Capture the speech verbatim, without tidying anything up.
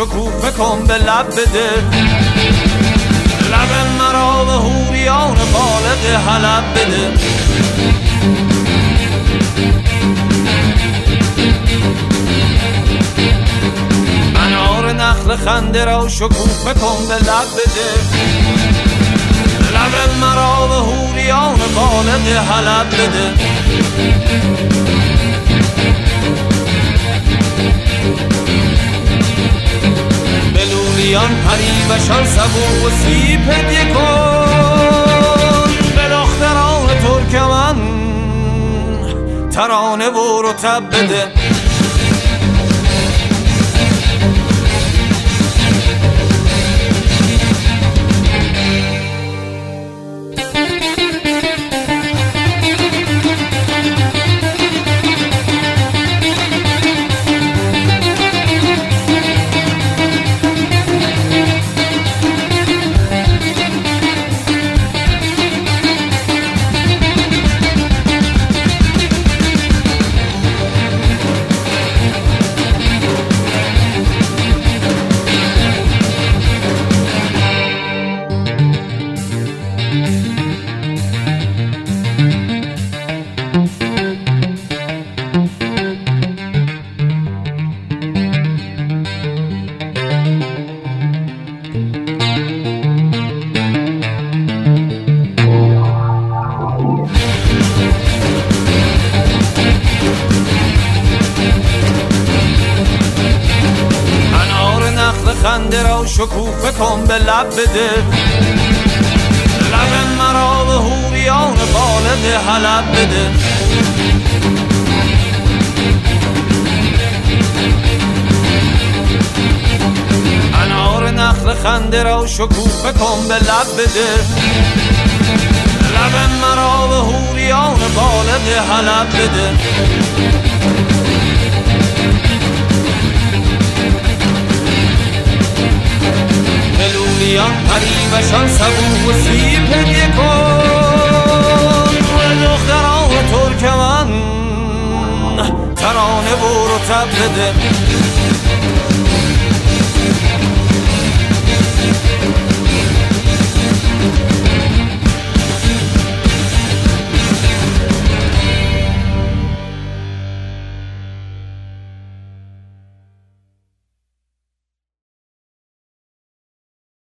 شکوفه کن به لب بده، لب مرا به حوریان بالغ حلب بده. انار نخل خنده را شکوفه کن به لب بده، لب مرا به حوریان بالغ حلب بده. بلولیان پریوشان سبو و سیب هدیه کن به دختران ترکمن، ترانه و رطب بده. خنده را شکوفه کن به لب بده، لب مرا به حوریان بالغ حلب بده. انار نخل خنده را شکوفه کن به لب بده، لب مرا به حوریان بالغ حلب بده. بلولیان پریوشان سبو و سیب هدیه کن به دختران ترکمن، ترانه و رطب بده.